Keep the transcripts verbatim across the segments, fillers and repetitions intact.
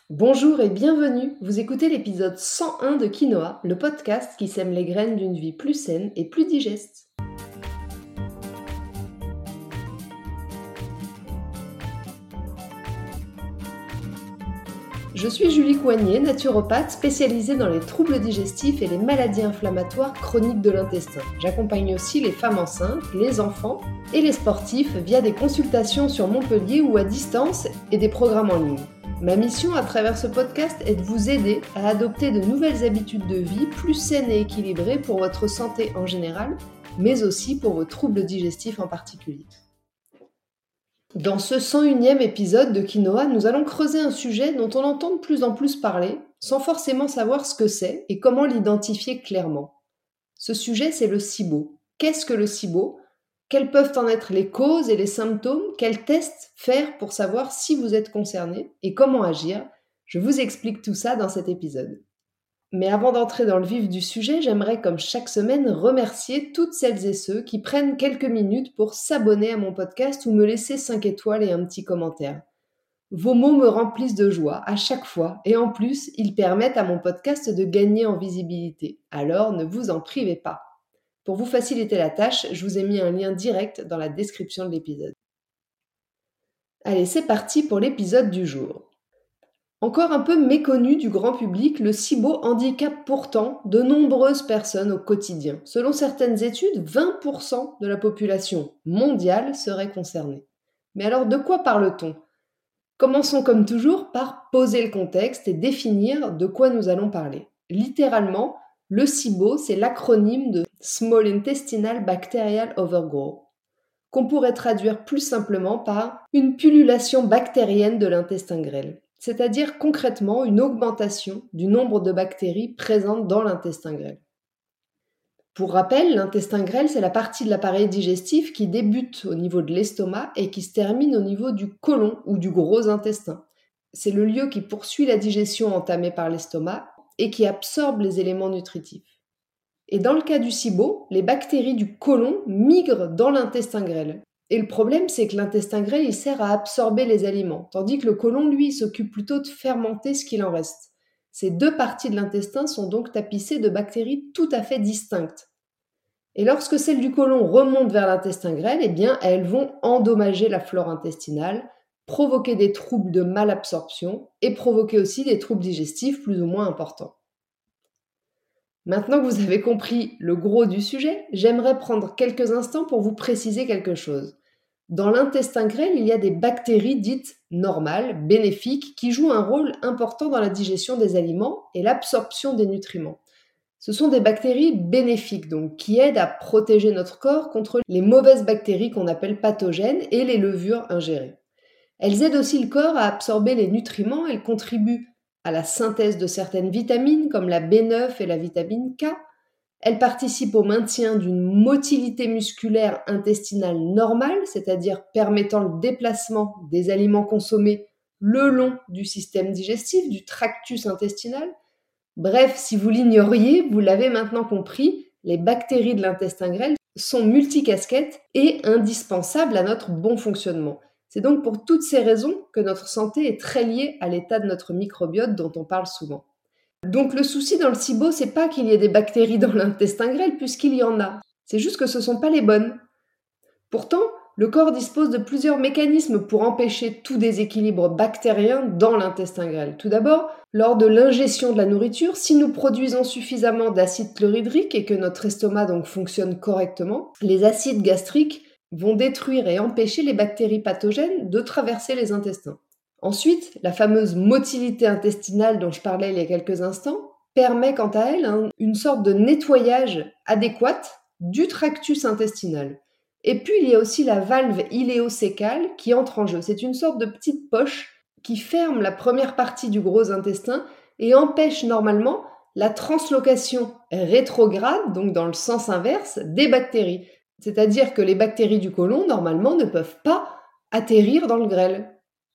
Bonjour et bienvenue, vous écoutez l'épisode cent un de Quinoa, le podcast qui sème les graines d'une vie plus saine et plus digeste. Je suis Julie Coignet, naturopathe spécialisée dans les troubles digestifs et les maladies inflammatoires chroniques de l'intestin. J'accompagne aussi les femmes enceintes, les enfants et les sportifs via des consultations sur Montpellier ou à distance et des programmes en ligne. Ma mission à travers ce podcast est de vous aider à adopter de nouvelles habitudes de vie plus saines et équilibrées pour votre santé en général, mais aussi pour vos troubles digestifs en particulier. Dans ce cent unième épisode de Quinoa, nous allons creuser un sujet dont on entend de plus en plus parler, sans forcément savoir ce que c'est et comment l'identifier clairement. Ce sujet, c'est le SIBO. Qu'est-ce que le SIBO ? Quelles peuvent en être les causes et les symptômes ? Quels tests faire pour savoir si vous êtes concerné et comment agir ? Je vous explique tout ça dans cet épisode. Mais avant d'entrer dans le vif du sujet, j'aimerais, comme chaque semaine, remercier toutes celles et ceux qui prennent quelques minutes pour s'abonner à mon podcast ou me laisser cinq étoiles et un petit commentaire. Vos mots me remplissent de joie à chaque fois et en plus, ils permettent à mon podcast de gagner en visibilité. Alors, ne vous en privez pas. Pour vous faciliter la tâche, je vous ai mis un lien direct dans la description de l'épisode. Allez, c'est parti pour l'épisode du jour. Encore un peu méconnu du grand public, le SIBO handicape pourtant de nombreuses personnes au quotidien. Selon certaines études, vingt pour cent de la population mondiale serait concernée. Mais alors de quoi parle-t-on ? Commençons comme toujours par poser le contexte et définir de quoi nous allons parler. Littéralement, le SIBO, c'est l'acronyme de Small Intestinal Bacterial Overgrowth, qu'on pourrait traduire plus simplement par une pullulation bactérienne de l'intestin grêle. C'est-à-dire concrètement une augmentation du nombre de bactéries présentes dans l'intestin grêle. Pour rappel, l'intestin grêle, c'est la partie de l'appareil digestif qui débute au niveau de l'estomac et qui se termine au niveau du côlon ou du gros intestin. C'est le lieu qui poursuit la digestion entamée par l'estomac et qui absorbe les éléments nutritifs. Et dans le cas du SIBO, les bactéries du côlon migrent dans l'intestin grêle. Et le problème, c'est que l'intestin grêle, il sert à absorber les aliments, tandis que le côlon, lui, il s'occupe plutôt de fermenter ce qu'il en reste. Ces deux parties de l'intestin sont donc tapissées de bactéries tout à fait distinctes. Et lorsque celles du côlon remontent vers l'intestin grêle, eh bien, elles vont endommager la flore intestinale, provoquer des troubles de malabsorption et provoquer aussi des troubles digestifs plus ou moins importants. Maintenant que vous avez compris le gros du sujet, j'aimerais prendre quelques instants pour vous préciser quelque chose. Dans l'intestin grêle, il y a des bactéries dites normales, bénéfiques, qui jouent un rôle important dans la digestion des aliments et l'absorption des nutriments. Ce sont des bactéries bénéfiques, donc, qui aident à protéger notre corps contre les mauvaises bactéries qu'on appelle pathogènes et les levures ingérées. Elles aident aussi le corps à absorber les nutriments, elles contribuent à la synthèse de certaines vitamines comme la B neuf et la vitamine K. Elle participe au maintien d'une motilité musculaire intestinale normale, c'est-à-dire permettant le déplacement des aliments consommés le long du système digestif, du tractus intestinal. Bref, si vous l'ignoriez, vous l'avez maintenant compris, les bactéries de l'intestin grêle sont multicasquettes et indispensables à notre bon fonctionnement. C'est donc pour toutes ces raisons que notre santé est très liée à l'état de notre microbiote dont on parle souvent. Donc le souci dans le SIBO, c'est pas qu'il y ait des bactéries dans l'intestin grêle, puisqu'il y en a. C'est juste que ce ne sont pas les bonnes. Pourtant, le corps dispose de plusieurs mécanismes pour empêcher tout déséquilibre bactérien dans l'intestin grêle. Tout d'abord, lors de l'ingestion de la nourriture, si nous produisons suffisamment d'acide chlorhydrique et que notre estomac donc fonctionne correctement, les acides gastriques vont détruire et empêcher les bactéries pathogènes de traverser les intestins. Ensuite, la fameuse motilité intestinale dont je parlais il y a quelques instants permet quant à elle hein, une sorte de nettoyage adéquat du tractus intestinal. Et puis il y a aussi la valve iléocécale qui entre en jeu. C'est une sorte de petite poche qui ferme la première partie du gros intestin et empêche normalement la translocation rétrograde, donc dans le sens inverse, des bactéries. C'est-à-dire que les bactéries du côlon, normalement, ne peuvent pas atterrir dans le grêle.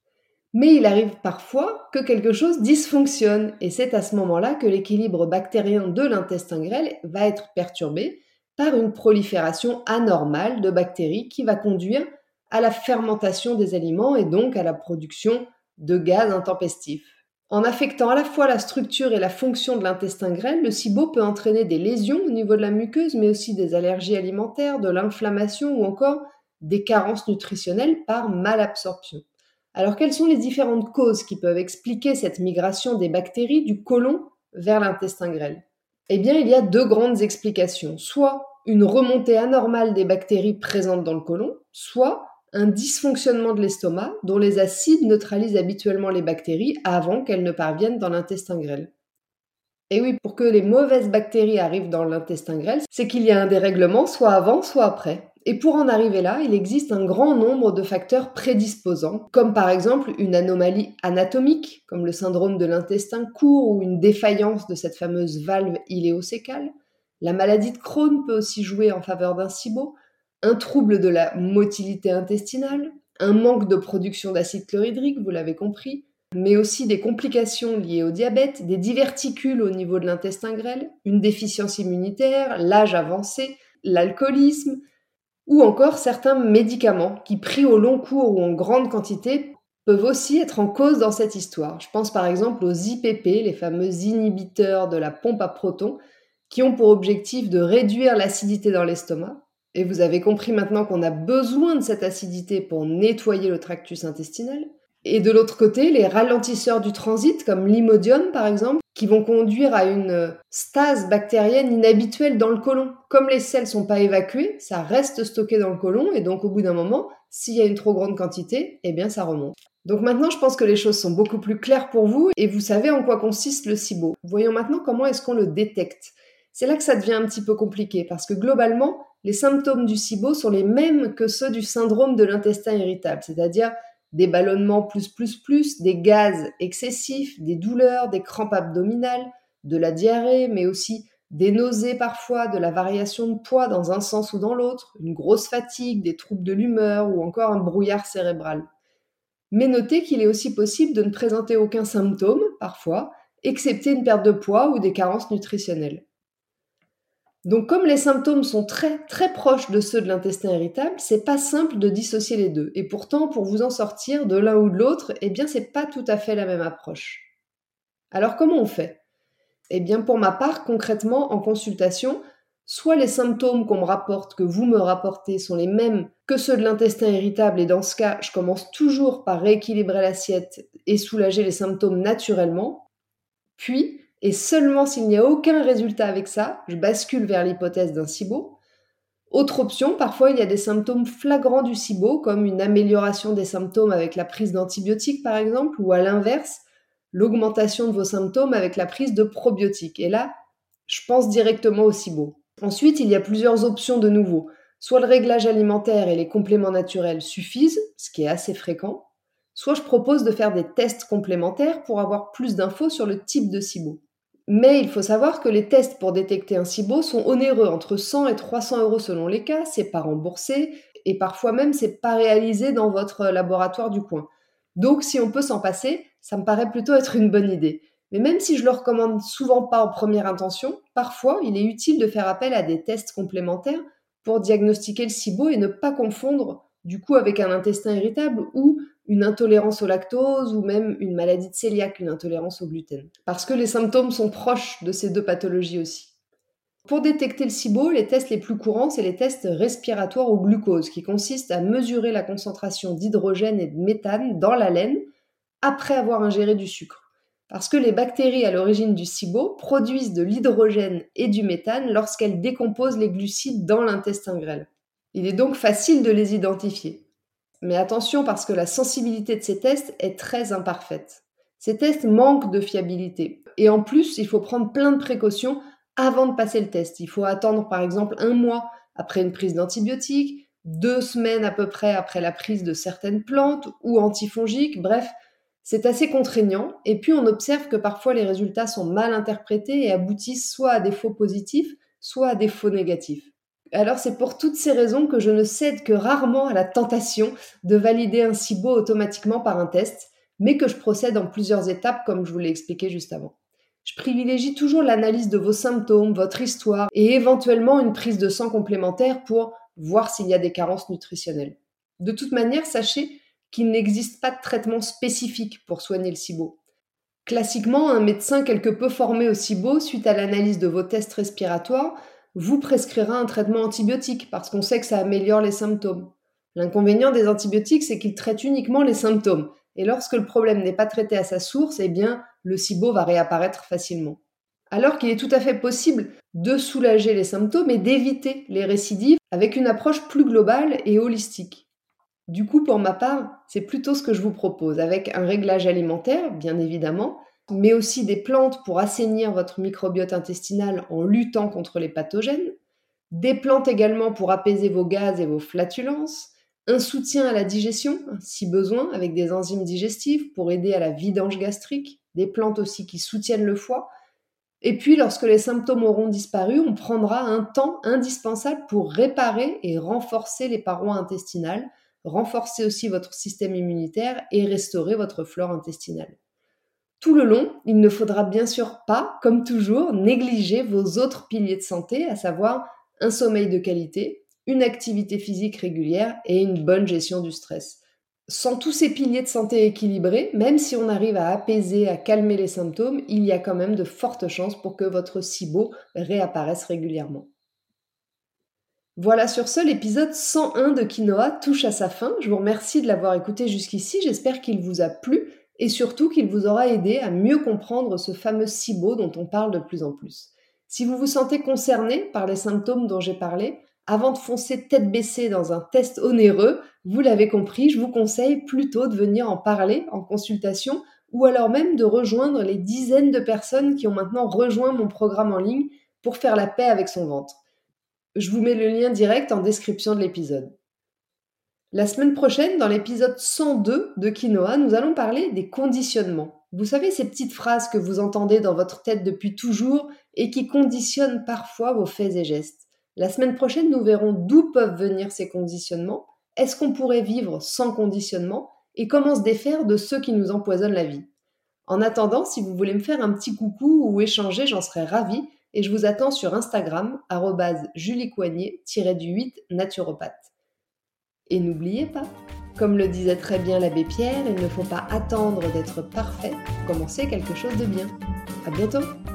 Mais il arrive parfois que quelque chose dysfonctionne, et c'est à ce moment-là que l'équilibre bactérien de l'intestin grêle va être perturbé par une prolifération anormale de bactéries qui va conduire à la fermentation des aliments et donc à la production de gaz intempestifs. En affectant à la fois la structure et la fonction de l'intestin grêle, le SIBO peut entraîner des lésions au niveau de la muqueuse, mais aussi des allergies alimentaires, de l'inflammation ou encore des carences nutritionnelles par malabsorption. Alors, quelles sont les différentes causes qui peuvent expliquer cette migration des bactéries du côlon vers l'intestin grêle? Eh bien, il y a deux grandes explications. Soit une remontée anormale des bactéries présentes dans le côlon, soit un dysfonctionnement de l'estomac dont les acides neutralisent habituellement les bactéries avant qu'elles ne parviennent dans l'intestin grêle. Et oui, pour que les mauvaises bactéries arrivent dans l'intestin grêle, c'est qu'il y a un dérèglement soit avant, soit après. Et pour en arriver là, il existe un grand nombre de facteurs prédisposants, comme par exemple une anomalie anatomique, comme le syndrome de l'intestin court ou une défaillance de cette fameuse valve iléocécale. La maladie de Crohn peut aussi jouer en faveur d'un SIBO, un trouble de la motilité intestinale, un manque de production d'acide chlorhydrique, vous l'avez compris, mais aussi des complications liées au diabète, des diverticules au niveau de l'intestin grêle, une déficience immunitaire, l'âge avancé, l'alcoolisme, ou encore certains médicaments qui, pris au long cours ou en grande quantité, peuvent aussi être en cause dans cette histoire. Je pense par exemple aux I P P, les fameux inhibiteurs de la pompe à protons, qui ont pour objectif de réduire l'acidité dans l'estomac. Et vous avez compris maintenant qu'on a besoin de cette acidité pour nettoyer le tractus intestinal. Et de l'autre côté, les ralentisseurs du transit, comme l'imodium par exemple, qui vont conduire à une stase bactérienne inhabituelle dans le côlon. Comme les selles ne sont pas évacuées, ça reste stocké dans le côlon et donc au bout d'un moment, s'il y a une trop grande quantité, eh bien ça remonte. Donc maintenant, je pense que les choses sont beaucoup plus claires pour vous et vous savez en quoi consiste le SIBO. Voyons maintenant comment est-ce qu'on le détecte. C'est là que ça devient un petit peu compliqué parce que globalement, les symptômes du SIBO sont les mêmes que ceux du syndrome de l'intestin irritable, c'est-à-dire des ballonnements plus plus plus, des gaz excessifs, des douleurs, des crampes abdominales, de la diarrhée, mais aussi des nausées parfois, de la variation de poids dans un sens ou dans l'autre, une grosse fatigue, des troubles de l'humeur ou encore un brouillard cérébral. Mais notez qu'il est aussi possible de ne présenter aucun symptôme, parfois, excepté une perte de poids ou des carences nutritionnelles. Donc comme les symptômes sont très très proches de ceux de l'intestin irritable, c'est pas simple de dissocier les deux. Et pourtant, pour vous en sortir de l'un ou de l'autre, eh bien c'est pas tout à fait la même approche. Alors comment on fait? Eh bien pour ma part, concrètement, en consultation, soit les symptômes qu'on me rapporte, que vous me rapportez, sont les mêmes que ceux de l'intestin irritable, et dans ce cas, je commence toujours par rééquilibrer l'assiette et soulager les symptômes naturellement, puis et seulement s'il n'y a aucun résultat avec ça, je bascule vers l'hypothèse d'un SIBO. Autre option, parfois il y a des symptômes flagrants du SIBO, comme une amélioration des symptômes avec la prise d'antibiotiques par exemple, ou à l'inverse, l'augmentation de vos symptômes avec la prise de probiotiques. Et là, je pense directement au SIBO. Ensuite, il y a plusieurs options de nouveau. Soit le réglage alimentaire et les compléments naturels suffisent, ce qui est assez fréquent, soit je propose de faire des tests complémentaires pour avoir plus d'infos sur le type de SIBO. Mais il faut savoir que les tests pour détecter un SIBO sont onéreux, entre cent et trois cents euros selon les cas, c'est pas remboursé, et parfois même c'est pas réalisé dans votre laboratoire du coin. Donc si on peut s'en passer, ça me paraît plutôt être une bonne idée. Mais même si je le recommande souvent pas en première intention, parfois il est utile de faire appel à des tests complémentaires pour diagnostiquer le SIBO et ne pas confondre du coup avec un intestin irritable ou une intolérance au lactose ou même une maladie de cœliaque, une intolérance au gluten. Parce que les symptômes sont proches de ces deux pathologies aussi. Pour détecter le SIBO, les tests les plus courants, c'est les tests respiratoires au glucose, qui consistent à mesurer la concentration d'hydrogène et de méthane dans la laine après avoir ingéré du sucre. Parce que les bactéries à l'origine du SIBO produisent de l'hydrogène et du méthane lorsqu'elles décomposent les glucides dans l'intestin grêle. Il est donc facile de les identifier. Mais attention parce que la sensibilité de ces tests est très imparfaite. Ces tests manquent de fiabilité. Et en plus, il faut prendre plein de précautions avant de passer le test. Il faut attendre par exemple un mois après une prise d'antibiotiques, deux semaines à peu près après la prise de certaines plantes ou antifongiques. Bref, c'est assez contraignant. Et puis on observe que parfois les résultats sont mal interprétés et aboutissent soit à des faux positifs, soit à des faux négatifs. Alors c'est pour toutes ces raisons que je ne cède que rarement à la tentation de valider un SIBO automatiquement par un test, mais que je procède en plusieurs étapes comme je vous l'ai expliqué juste avant. Je privilégie toujours l'analyse de vos symptômes, votre histoire et éventuellement une prise de sang complémentaire pour voir s'il y a des carences nutritionnelles. De toute manière, sachez qu'il n'existe pas de traitement spécifique pour soigner le SIBO. Classiquement, un médecin quelque peu formé au SIBO, suite à l'analyse de vos tests respiratoires, vous prescrira un traitement antibiotique parce qu'on sait que ça améliore les symptômes. L'inconvénient des antibiotiques, c'est qu'ils traitent uniquement les symptômes. Et lorsque le problème n'est pas traité à sa source, eh bien, le SIBO va réapparaître facilement. Alors qu'il est tout à fait possible de soulager les symptômes et d'éviter les récidives avec une approche plus globale et holistique. Du coup, pour ma part, c'est plutôt ce que je vous propose, avec un réglage alimentaire, bien évidemment, mais aussi des plantes pour assainir votre microbiote intestinal en luttant contre les pathogènes, des plantes également pour apaiser vos gaz et vos flatulences, un soutien à la digestion, si besoin, avec des enzymes digestives pour aider à la vidange gastrique, des plantes aussi qui soutiennent le foie. Et puis, lorsque les symptômes auront disparu, on prendra un temps indispensable pour réparer et renforcer les parois intestinales, renforcer aussi votre système immunitaire et restaurer votre flore intestinale. Tout le long, il ne faudra bien sûr pas, comme toujours, négliger vos autres piliers de santé, à savoir un sommeil de qualité, une activité physique régulière et une bonne gestion du stress. Sans tous ces piliers de santé équilibrés, même si on arrive à apaiser, à calmer les symptômes, il y a quand même de fortes chances pour que votre SIBO réapparaisse régulièrement. Voilà, sur ce, l'épisode cent un de Quinoa touche à sa fin. Je vous remercie de l'avoir écouté jusqu'ici. J'espère qu'il vous a plu et surtout qu'il vous aura aidé à mieux comprendre ce fameux SIBO dont on parle de plus en plus. Si vous vous sentez concerné par les symptômes dont j'ai parlé, avant de foncer tête baissée dans un test onéreux, vous l'avez compris, je vous conseille plutôt de venir en parler en consultation ou alors même de rejoindre les dizaines de personnes qui ont maintenant rejoint mon programme en ligne pour faire la paix avec son ventre. Je vous mets le lien direct en description de l'épisode. La semaine prochaine, dans l'épisode cent deux de Quinoa, nous allons parler des conditionnements. Vous savez, ces petites phrases que vous entendez dans votre tête depuis toujours et qui conditionnent parfois vos faits et gestes. La semaine prochaine, nous verrons d'où peuvent venir ces conditionnements, est-ce qu'on pourrait vivre sans conditionnement et comment se défaire de ceux qui nous empoisonnent la vie. En attendant, si vous voulez me faire un petit coucou ou échanger, j'en serais ravie. Et je vous attends sur Instagram, arobase juliecoignet du huit naturopathe. Et n'oubliez pas, comme le disait très bien l'abbé Pierre, il ne faut pas attendre d'être parfait pour commencer quelque chose de bien. À bientôt!